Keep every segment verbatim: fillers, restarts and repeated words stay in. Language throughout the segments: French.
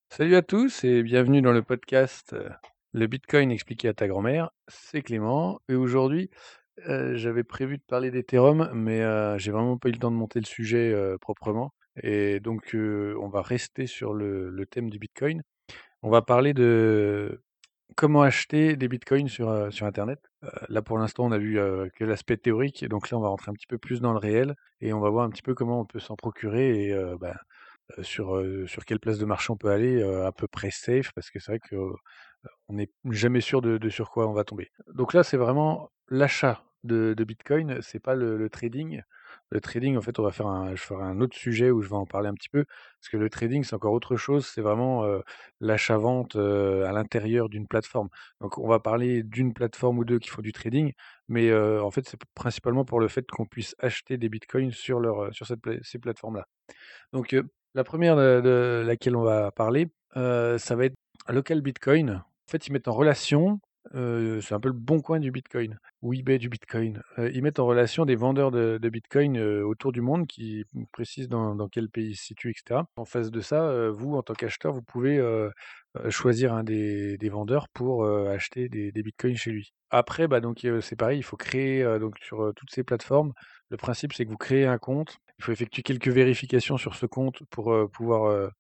Salut à tous et bienvenue dans le podcast euh, Le Bitcoin expliqué à ta grand-mère. C'est Clément et aujourd'hui euh, j'avais prévu de parler d'Ethereum mais euh, j'ai vraiment pas eu le temps de monter le sujet euh, proprement et donc euh, on va rester sur le, le thème du Bitcoin. On va parler de comment acheter des Bitcoins sur, euh, sur Internet. Euh, là pour l'instant on a vu euh, que l'aspect théorique et donc là on va rentrer un petit peu plus dans le réel et on va voir un petit peu comment on peut s'en procurer et euh, bah, heu, sur, heu, sur quelle place de marché on peut aller, heu, à peu près safe parce que c'est vrai que, heu, on n'est jamais sûr de de sur quoi on va tomber. Donc là, c'est vraiment l'achat de de bitcoin, c'est pas le le trading. Le trading, en fait, on va faire un je ferai un autre sujet où je vais en parler un petit peu, parce que le trading, c'est encore autre chose, c'est vraiment, heu, l'achat-vente, heu, à l'intérieur d'une plateforme. Donc on va parler d'une plateforme ou deux qui font du trading, mais, heu, en fait, c'est principalement pour le fait qu'on puisse acheter des bitcoins sur leur, heu, sur cette pla ces plateformes-là. Donc, heu, la première de de laquelle on va parler, heu, ça va être Local Bitcoin. En fait, ils mettent en relation, heu, c'est un peu le Bon Coin du Bitcoin ou eBay du Bitcoin. Heu, ils mettent en relation des vendeurs de de Bitcoin, heu, autour du monde qui précisent dans dans quel pays ils se situent et cetera. En face de ça, heu, vous, en tant qu'acheteur, vous pouvez, heu heu, choisir un des des vendeurs pour, heu, acheter des des bitcoins chez lui. Après, bah, donc, heu, c'est pareil, il faut créer, heu, donc sur, heu, toutes ces plateformes, le principe, c'est que vous créez un compte. Il faut effectuer quelques vérifications sur ce compte pour, heu, pouvoir, heu,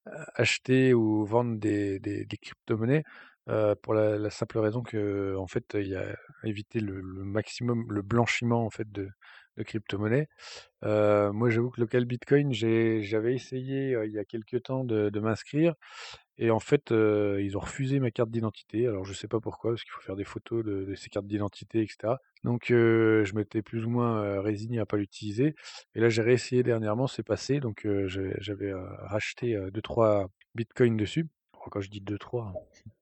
acheter ou vendre des des des cryptomonnaies, heu, pour la la simple raison que en fait, il y a à éviter le le maximum le blanchiment, en fait, de de cryptomonnaies. Heu, moi, j'avoue que Local Bitcoin, j'ai j'avais essayé, heu, il y a quelque temps de de m'inscrire et en fait, heu, ils ont refusé ma carte d'identité. Alors je sais pas pourquoi, parce qu'il faut faire des photos de de ces cartes d'identité et cetera. Donc heu, je m'étais plus ou moins, heu, résigné à pas l'utiliser et là, j'ai réessayé dernièrement, c'est passé donc heu, j'ai j'avais, heu, racheté, heu, deux trois bitcoins dessus. Bon, quand je dis deux trois,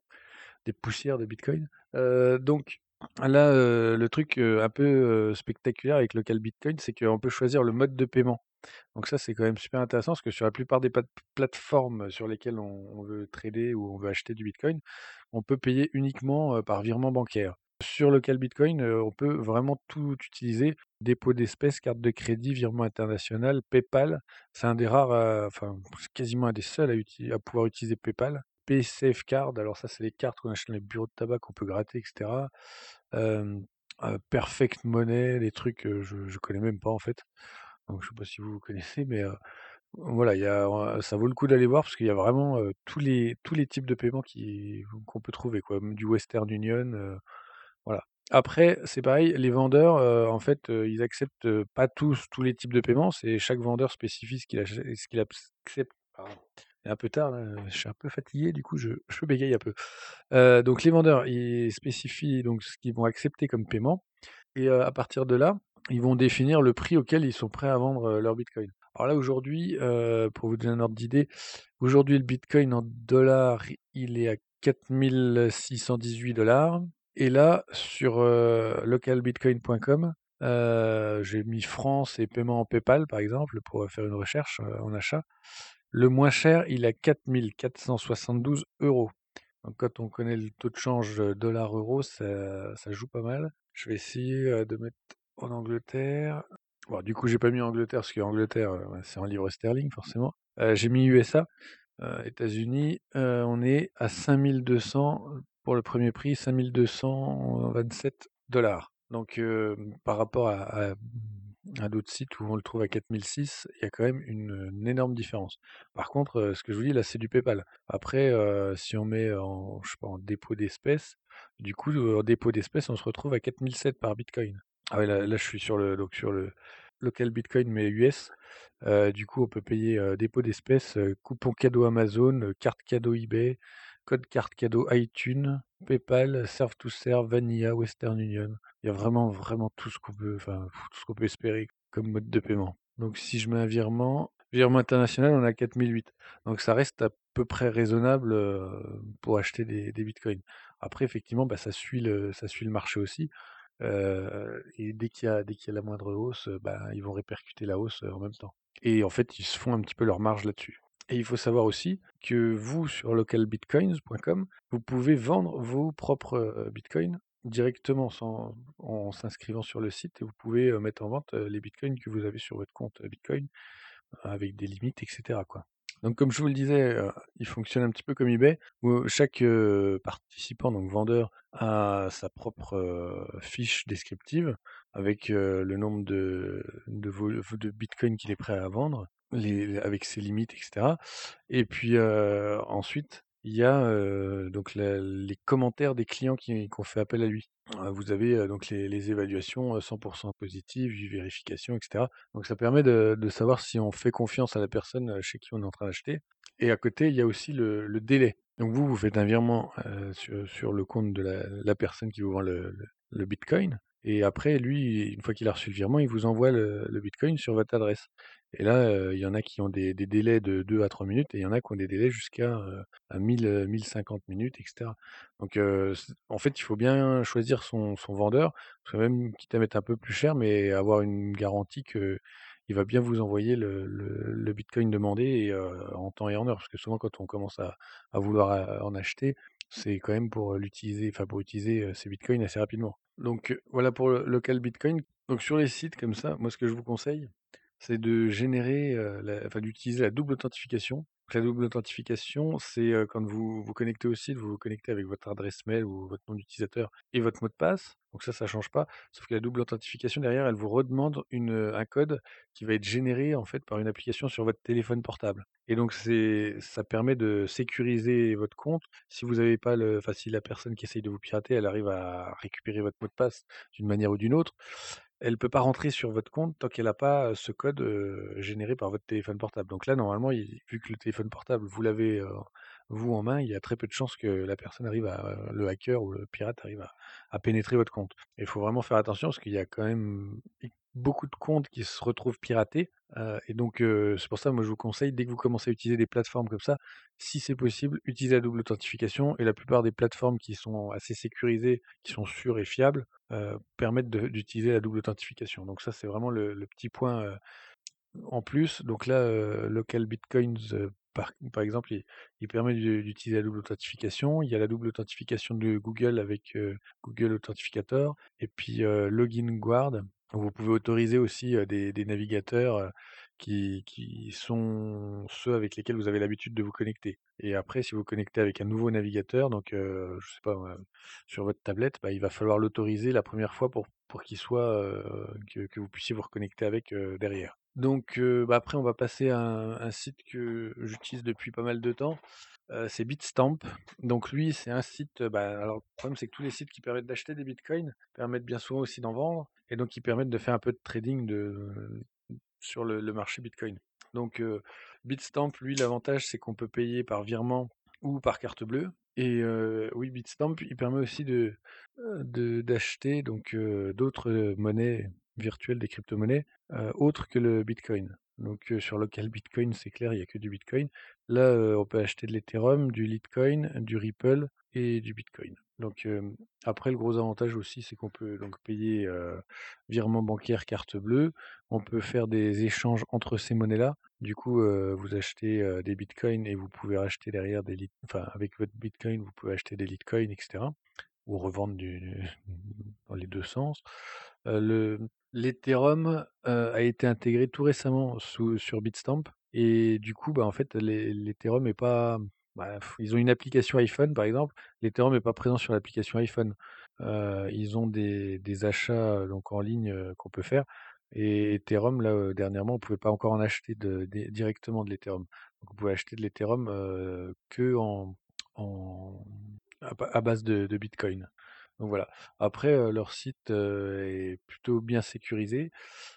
des poussières de bitcoin. Heu, donc là, heu, le truc, heu, un peu, heu, spectaculaire avec Local Bitcoin, c'est qu'on peut choisir le mode de paiement. Donc ça, c'est quand même super intéressant parce que sur la plupart des pat- plateformes sur lesquelles on, on veut trader ou on veut acheter du Bitcoin, on peut payer uniquement euh, par virement bancaire. Sur Local Bitcoin, euh, on peut vraiment tout utiliser. Dépôt d'espèces, carte de crédit, virement international, PayPal. C'est un des rares, euh, enfin c'est quasiment un des seuls à, uti- à pouvoir utiliser PayPal. PaySafeCard, alors ça c'est les cartes qu'on achète dans les bureaux de tabac qu'on peut gratter, et cetera. Euh, euh, Perfect Money, des trucs que je, je connais même pas en fait. Donc je sais pas si vous vous connaissez, mais heu, voilà, il y a, heu, ça vaut le coup d'aller voir parce qu'il y a vraiment, heu, tous les tous les types de paiements qui qu'on peut trouver quoi, même du Western Union, heu, voilà. Après, c'est pareil, les vendeurs, heu, en fait, heu, ils acceptent, heu, pas tous tous les types de paiements, c'est chaque vendeur spécifie ce qu'il ach ce qu'il accepte. Pardon. Il est un peu tard là, je suis un peu fatigué, du coup je je bégaye un peu. Heu, donc les vendeurs, ils spécifient donc ce qu'ils vont accepter comme paiement et heu, à partir de là, ils vont définir le prix auquel ils sont prêts à vendre, heu, leur bitcoin. Alors là, aujourd'hui, heu, pour vous donner un ordre d'idée, aujourd'hui, le bitcoin en dollars, il est à quatre mille six cent dix-huit dollars. Et là, sur, heu, localbitcoin point com, heu, j'ai mis France et paiement en PayPal, par exemple, pour, heu, faire une recherche, heu, en achat. Le moins cher, il est à quatre mille quatre cent soixante-douze euros. Donc quand on connaît le taux de change, heu, dollar-euro, ça ça joue pas mal. Je vais essayer, heu, de mettre en Angleterre. Bon, du coup, j'ai pas mis Angleterre parce qu'Angleterre, heu, c'est en livres sterling forcément. Heu, j'ai mis U S A, heu, États-Unis. Heu, on est à cinq mille deux cents pour le premier prix, cinq mille deux cent vingt-sept dollars. Donc, hem, par rapport à à, mmh, à d'autres sites où on le trouve à quatre mille six, il y a quand même une, une énorme différence. Par contre, heu, ce que je vous dis là, c'est du PayPal. Après, heu, si on met en, je sais pas, en dépôt d'espèces, du coup, heu, en dépôt d'espèces, on se retrouve à quatre mille sept par bitcoin. Ah ouais, là, là, je suis sur le, donc sur le local Bitcoin, mais U S. Euh, du coup, on peut payer euh, dépôt d'espèces, euh, coupon cadeau Amazon, euh, carte cadeau eBay, code carte cadeau iTunes, PayPal, Serve to Serve, Vanilla, Western Union. Il y a vraiment, vraiment tout ce qu'on peut, enfin, tout ce qu'on peut espérer comme mode de paiement. Donc, si je mets un virement, virement international, on a quatre mille huit. Donc, ça reste à peu près raisonnable euh, pour acheter des, des bitcoins. Après, effectivement, bah, ça suit le, ça suit le marché aussi. Heu et dès qu'il y a dès qu'il y a la moindre hausse, heu, bah, ils vont répercuter la hausse, heu, en même temps et en fait, ils se font un petit peu leur marge là-dessus et il faut savoir aussi que vous, sur localbitcoins point com, vous pouvez vendre vos propres, heu, bitcoins directement sans en s'inscrivant sur le site et vous pouvez, heu, mettre en vente, heu, les bitcoins que vous avez sur votre compte, heu, bitcoin, avec des limites et cetera, quoi. Donc comme je vous le disais, heu, il fonctionne un petit peu comme eBay où chaque, heu, participant, donc vendeur, a sa propre, heu, fiche descriptive avec, heu, le nombre de de vol de bitcoins qu'il est prêt à vendre, les avec ses limites et cetera et puis, heu, ensuite, il y a, heu, donc la les commentaires des clients qui qui ont fait appel à lui. Heu, vous avez, heu, donc les les évaluations, heu, cent positives, huit vérifications et cetera. Donc ça permet de de savoir si on fait confiance à la personne, heu, chez qui on est en train d'acheter et à côté, il y a aussi le le délai. Donc vous, vous faites un virement, heu, sur sur le compte de la la personne qui vous vend le le le bitcoin et après lui, une fois qu'il a reçu le virement, il vous envoie le le bitcoin sur votre adresse et là, heu, il y en a qui ont des des délais de deux à trois minutes et il y en a qui ont des délais jusqu'à, heu, à mille, heu, mille cinquante minutes et cetera. Donc heu, c en fait, il faut bien choisir son son vendeur, parce que même quitte à mettre un peu plus cher, mais avoir une garantie qu'il va bien vous envoyer le le le bitcoin demandé et heu, en temps et en heure. Parce que souvent quand on commence à à vouloir, heu, en acheter, c'est quand même pour, l'utiliser enfin pour utiliser, heu, ces bitcoins assez rapidement. Donc heu, voilà pour le local bitcoin. Donc sur les sites comme ça, moi ce que je vous conseille, c'est de générer, heu, la enfin d'utiliser la double authentification. Donc la double authentification, c'est, heu, quand vous vous connectez au site, vous vous connectez avec votre adresse mail ou votre nom d'utilisateur et votre mot de passe. Donc ça, ça change pas. Sauf que la double authentification derrière, elle vous redemande une, heu, un code qui va être généré en fait par une application sur votre téléphone portable. Et donc c'est ça permet de sécuriser votre compte. Si vous avez pas le enfin si la personne qui essaye de vous pirater, elle arrive à récupérer votre mot de passe d'une manière ou d'une autre, elle peut pas rentrer sur votre compte tant qu'elle a pas, heu, ce code, heu, généré par votre téléphone portable. Donc là, normalement, il vu que le téléphone portable, vous l'avez, heu, vous en main, il y a très peu de chances que la personne arrive à le hacker ou le pirate arrive à à pénétrer votre compte. Et il faut vraiment faire attention parce qu'il y a quand même beaucoup de comptes qui se retrouvent piratés, heu et donc heu, c'est pour ça, moi, je vous conseille, dès que vous commencez à utiliser des plateformes comme ça, si c'est possible, utilisez la double authentification et la plupart des plateformes qui sont assez sécurisées, qui sont sûres et fiables, heu, permettent de d'utiliser la double authentification. Donc ça, c'est vraiment le le petit point, heu, en plus. Donc là, heu, Local Bitcoins, heu, par par exemple, il il permet d'u d'utiliser la double authentification. Il y a la double authentification de Google avec, heu, Google Authentificator et puis, heu, Login Guard. Vous pouvez autoriser aussi, heu, des des navigateurs, heu, qui qui sont ceux avec lesquels vous avez l'habitude de vous connecter. Et après, si vous connectez avec un nouveau navigateur, donc, heu, je sais pas moi, sur votre tablette, bah, il va falloir l'autoriser la première fois pour pour qu'il soit, heu, que que vous puissiez vous reconnecter avec, heu, derrière. Donc, heu, bah, après on va passer à un un site que j'utilise depuis pas mal de temps, heu, c'est Bitstamp. Donc lui, c'est un site, heu, bah, alors le problème c'est que tous les sites qui permettent d'acheter des bitcoins permettent bien souvent aussi d'en vendre et donc ils permettent de faire un peu de trading de sur le le marché bitcoin. Donc, heu, Bitstamp, lui, l'avantage c'est qu'on peut payer par virement ou par carte bleue et heu, oui, Bitstamp, il permet aussi de, heu, de d'acheter donc, heu, d'autres, heu, monnaies virtuelles, des cryptomonnaies, heu, autres que le bitcoin. Donc, heu, sur Local Bitcoin, c'est clair, il y a que du bitcoin. Là, heu, on peut acheter de l'Ethereum, du Litecoin, du Ripple et du bitcoin. Donc, hem, après le gros avantage aussi, c'est qu'on peut donc payer, heu, virement bancaire, carte bleue. On peut faire des échanges entre ces monnaies-là. Du coup, heu, vous achetez, heu, des bitcoins et vous pouvez racheter derrière des lit enfin avec votre bitcoin, vous pouvez acheter des Litecoin et cetera ou revendre du dans les deux sens. Heu, le l'Ethereum, heu, a été intégré tout récemment sous sur Bitstamp et du coup, bah, en fait, l'E l'Ethereum est pas bah, pff, ils ont une application iPhone, par exemple. L'Ethereum est pas présent sur l'application iPhone. Heu, ils ont des des achats, heu, donc en ligne, heu, qu'on peut faire et Ethereum, là, heu, dernièrement, on pouvait pas encore en acheter de des directement de l'Ethereum. Donc vous pouvez acheter de l'Ethereum, heu, qu'en en à ba à base de de bitcoin. Donc voilà. Après, heu, leur site, heu, est plutôt bien sécurisé.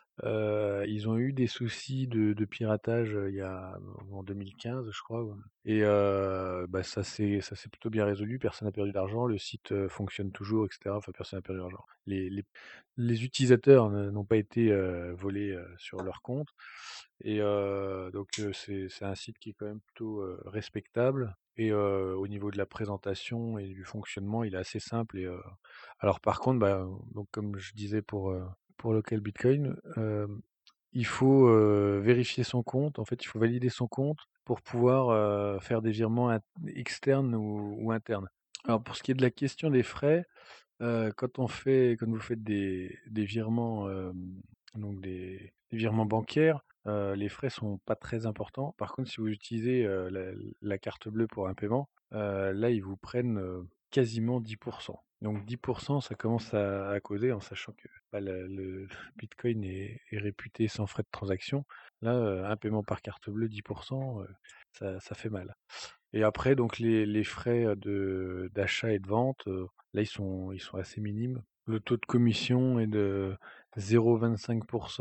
Heu, ils ont eu des soucis de de piratage, heu, il y a en deux mille quinze, je crois, ouais et heu, bah, ça s'est ça s'est plutôt bien résolu. Personne n'a perdu d'argent. Le site, heu, fonctionne toujours et cetera. Enfin, personne n'a perdu d'argent. Les les les utilisateurs ne n'ont pas été, heu, volés, heu, sur leur compte et heu, donc heu, c'est c'est un site qui est quand même plutôt, heu, respectable et heu, au niveau de la présentation et du fonctionnement, il est assez simple et heu, alors par contre, bah, donc comme je disais pour, heu, pour Local Bitcoin, hem, il faut, heu, vérifier son compte. En fait, il faut valider son compte pour pouvoir, heu, faire des virements int externes ou ou internes. Alors pour ce qui est de la question des frais, Heu, quand on fait quand vous faites des des virements, hem, donc des des virements bancaires, heu, les frais sont pas très importants. Par contre, si vous utilisez, heu, la la carte bleue pour un paiement, heu, là, ils vous prennent, heu, quasiment dix. Donc dix, ça commence à à causer en sachant que, bah, le le bitcoin est est réputé sans frais de transaction. Là, heu, un paiement par carte bleue, dix, heu, ça ça fait mal. Et après donc les les frais, heu, de d'achat et de vente, heu, là ils sont ils sont assez minimes. Le taux de commission est de zéro virgule vingt-cinq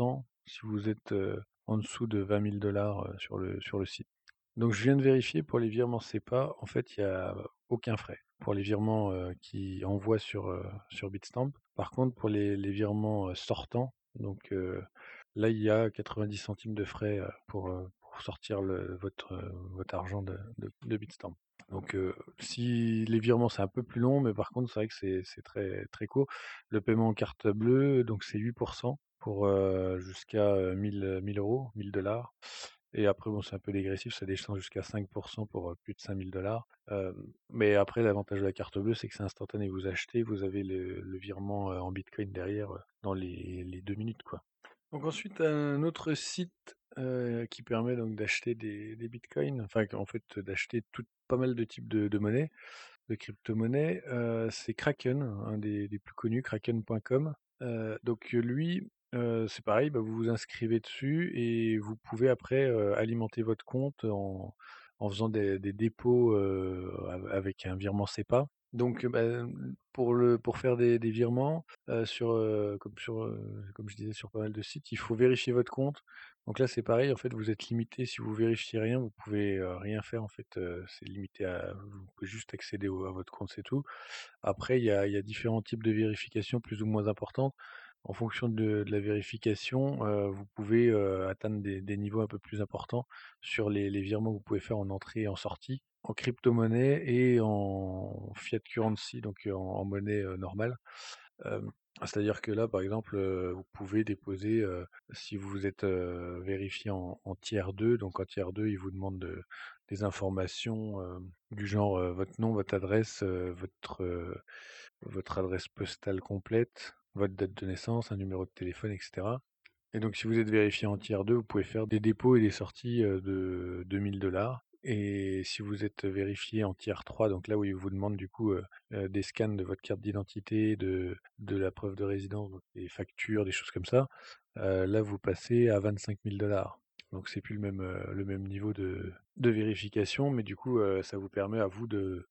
si vous êtes, heu, en dessous de vingt mille dollars heu, sur le sur le site. Donc je viens de vérifier pour les virements SEPA, en fait, il y a aucun frais pour les virements, heu, qui envoient sur, heu, sur Bitstamp. Par contre, pour les les virements, heu, sortants, donc heu, là, il y a quatre-vingt-dix centimes de frais, heu, pour, heu, pour sortir le votre, heu, votre argent de de de Bitstamp. Donc heu, si les virements, c'est un peu plus long, mais par contre, c'est vrai que c'est c'est très très court. Le paiement en carte bleue, donc c'est huit pour, heu, jusqu'à, heu, mille, heu, mille euros, mille dollars. Et après, bon, c'est un peu dégressif, ça descend jusqu'à cinq pour cent pour heu, plus de cinq mille dollars. Hem, mais après, l'avantage de la carte bleue, c'est que c'est instantané. Vous achetez, vous avez le le virement, heu, en bitcoin derrière, heu, dans les les deux minutes, quoi. Donc ensuite, un autre site, heu, qui permet donc d'acheter des des bitcoins, enfin, en fait, d'acheter tout pas mal de types de de monnaies, de crypto-monnaies, heu, c'est Kraken, un des des plus connus, kraken point com. Heu, donc lui, heu, c'est pareil, bah, vous vous inscrivez dessus et vous pouvez après, heu, alimenter votre compte en en faisant des des dépôts, heu, av avec un virement SEPA. Donc, bah, pour le pour faire des des virements, heu, sur, heu, comme sur, heu, comme je disais sur pas mal de sites, il faut vérifier votre compte. Donc là, c'est pareil, en fait, vous êtes limité. Si vous vérifiez rien, vous pouvez, heu, rien faire en fait, heu, c'est limité à vous pouvez juste accéder au à votre compte, c'est tout. Après, il y a il y a différents types de vérifications plus ou moins importantes. En fonction de de la vérification, heu, vous pouvez, heu, atteindre des des niveaux un peu plus importants sur les les virements que vous pouvez faire en entrée et en sortie, en crypto-monnaie et en fiat currency, donc en en monnaie, heu, normale. Hem, c'est-à-dire que là, par exemple, heu, vous pouvez déposer, heu, si vous êtes, heu, vérifié en en tiers deux, donc en tiers deux, ils vous demandent de des informations, hem, du genre, heu, votre nom, votre adresse, heu, votre, heu, votre adresse postale complète, votre date de naissance, un numéro de téléphone et cetera. Et donc si vous êtes vérifié en tiers deux, vous pouvez faire des dépôts et des sorties, heu, de deux mille dollars. Et si vous êtes vérifié en tiers trois, donc là où ils vous demandent du coup, heu heu, des scans de votre carte d'identité, de de la preuve de résidence, donc des factures, des choses comme ça, heu, là vous passez à vingt-cinq mille dollars. Donc c'est plus le même, heu, le même niveau de de vérification, mais du coup, heu, ça vous permet à vous de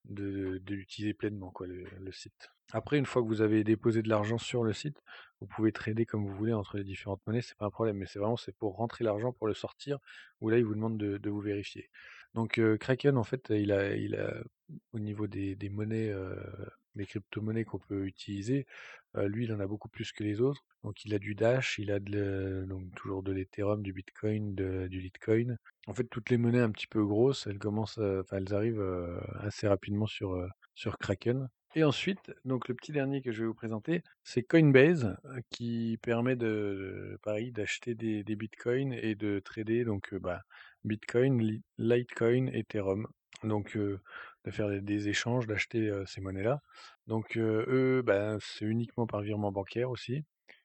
de de l'utiliser pleinement quoi, le le site. Après, une fois que vous avez déposé de l'argent sur le site, vous pouvez trader comme vous voulez entre les différentes monnaies, c'est pas un problème, mais c'est vraiment c'est pour rentrer l'argent, pour le sortir, où là, il vous demande de de vous vérifier. Donc heu, Kraken, en fait, il a il a au niveau des des monnaies, heu, des cryptomonnaies qu'on peut utiliser, heu, lui, il en a beaucoup plus que les autres. Donc il a du Dash, il a de le donc toujours de l'Ethereum, du Bitcoin, de du Litecoin. En fait, toutes les monnaies un petit peu grosses, elles commencent, heu, enfin, elles arrivent, heu, assez rapidement sur, heu, sur Kraken. Et ensuite, donc le petit dernier que je vais vous présenter, c'est Coinbase, heu, qui permet de pareil, d'acheter des des bitcoins et de trader donc, heu, bah, Bitcoin, Li Litecoin, Ethereum. Donc, heu, de faire des des échanges, d'acheter, heu, ces monnaies-là. Donc, heu, eux, bah, c'est uniquement par virement bancaire aussi.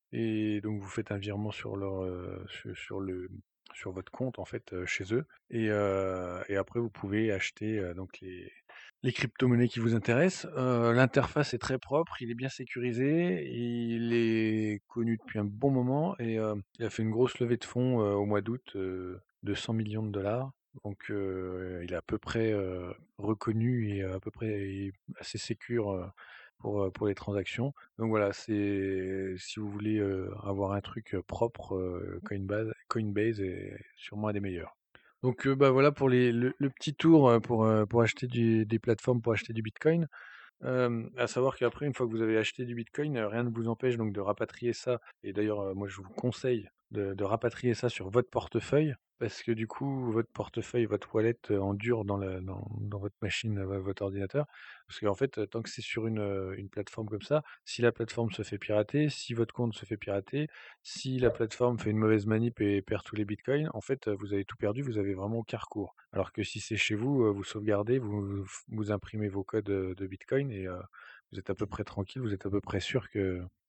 Et donc vous faites un virement sur leur, heu, su sur le sur votre compte en fait, heu, chez eux. Et heu et après vous pouvez acheter, heu, donc les les cryptomonnaies qui vous intéressent. Heu, l'interface est très propre, il est bien sécurisé, il est connu depuis un bon moment et heu, il a fait une grosse levée de fonds, heu, au mois d'août, heu, de cent millions de dollars. Donc heu, il est à peu près, heu, reconnu et à peu près et assez sécure, heu, pour, heu, pour les transactions. Donc voilà, c'est si vous voulez, heu, avoir un truc, heu, propre, heu, Coinbase Coinbase est sûrement un des meilleurs. Donc, heu, bah, voilà pour les le le petit tour, heu, pour, heu, pour acheter du des plateformes pour acheter du bitcoin. Hem, à savoir qu'après, une fois que vous avez acheté du bitcoin, heu, rien ne vous empêche donc de rapatrier ça. Et d'ailleurs, heu, moi je vous conseille de de rapatrier ça sur votre portefeuille, parce que du coup, votre portefeuille, votre wallet, heu, en dur dans la dans dans votre machine, heu, votre ordinateur. Parce qu'en fait, heu, tant que c'est sur une, heu, une plateforme comme ça, si la plateforme se fait pirater, si votre compte se fait pirater, si la plateforme fait une mauvaise manip et perd tous les bitcoins, en fait, heu, vous avez tout perdu, vous avez vraiment aucun recours. Alors que si c'est chez vous, heu, vous sauvegardez, vous vous imprimez vos codes, heu, de bitcoin et heu, vous êtes à peu près tranquille, vous êtes à peu près sûr que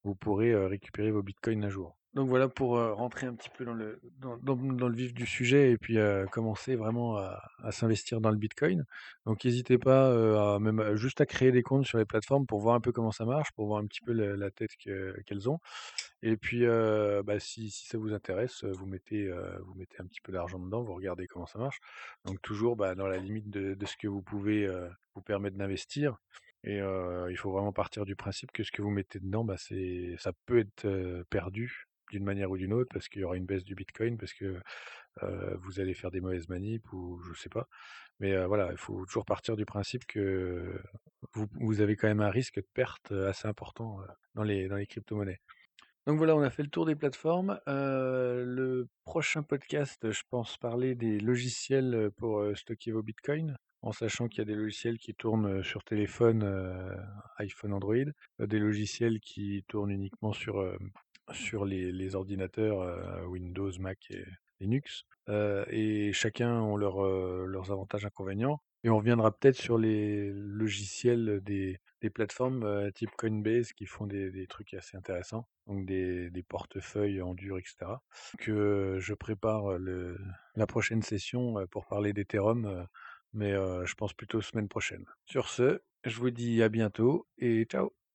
vous pourrez, heu, récupérer vos bitcoins à jour. Donc voilà pour, heu, rentrer un petit peu dans le dans dans dans le vif du sujet et puis, heu, commencer vraiment à à s'investir dans le bitcoin. Donc n'hésitez pas, heu, à même à juste à créer des comptes sur les plateformes pour voir un peu comment ça marche, pour voir un petit peu le la tête que qu'elles ont et puis, heu, bah, si si ça vous intéresse, heu, vous mettez, heu, vous mettez un petit peu d'argent dedans, vous regardez comment ça marche. Donc toujours, bah, dans la limite de de ce que vous pouvez, heu, vous permettre d'investir et heu, il faut vraiment partir du principe que ce que vous mettez dedans, bah, c'est ça peut être, heu, perdu d'une manière ou d'une autre parce qu'il y aura une baisse du bitcoin, parce que, heu, vous allez faire des mauvaises manips ou je sais pas. Mais, heu, voilà, il faut toujours partir du principe que vous vous avez quand même un risque de perte, heu, assez important, heu, dans les dans les cryptomonnaies. Donc voilà, on a fait le tour des plateformes. Heu, le prochain podcast, je pense parler des logiciels, pour, heu, stocker vos bitcoins, en sachant qu'il y a des logiciels qui tournent, heu, sur téléphone, heu, iPhone, Android, heu, des logiciels qui tournent uniquement sur, hem, sur les les ordinateurs, heu, Windows, Mac et Linux, heu et chacun ont leurs, heu, leurs avantages, inconvénients et on reviendra peut-être sur les logiciels des des plateformes, heu, type Coinbase qui font des des trucs assez intéressants, donc des des portefeuilles en dur et cetera. Que je prépare, le la prochaine session, heu, pour parler d'Ethereum, heu, mais heu, je pense plutôt semaine prochaine. Sur ce, je vous dis à bientôt et ciao!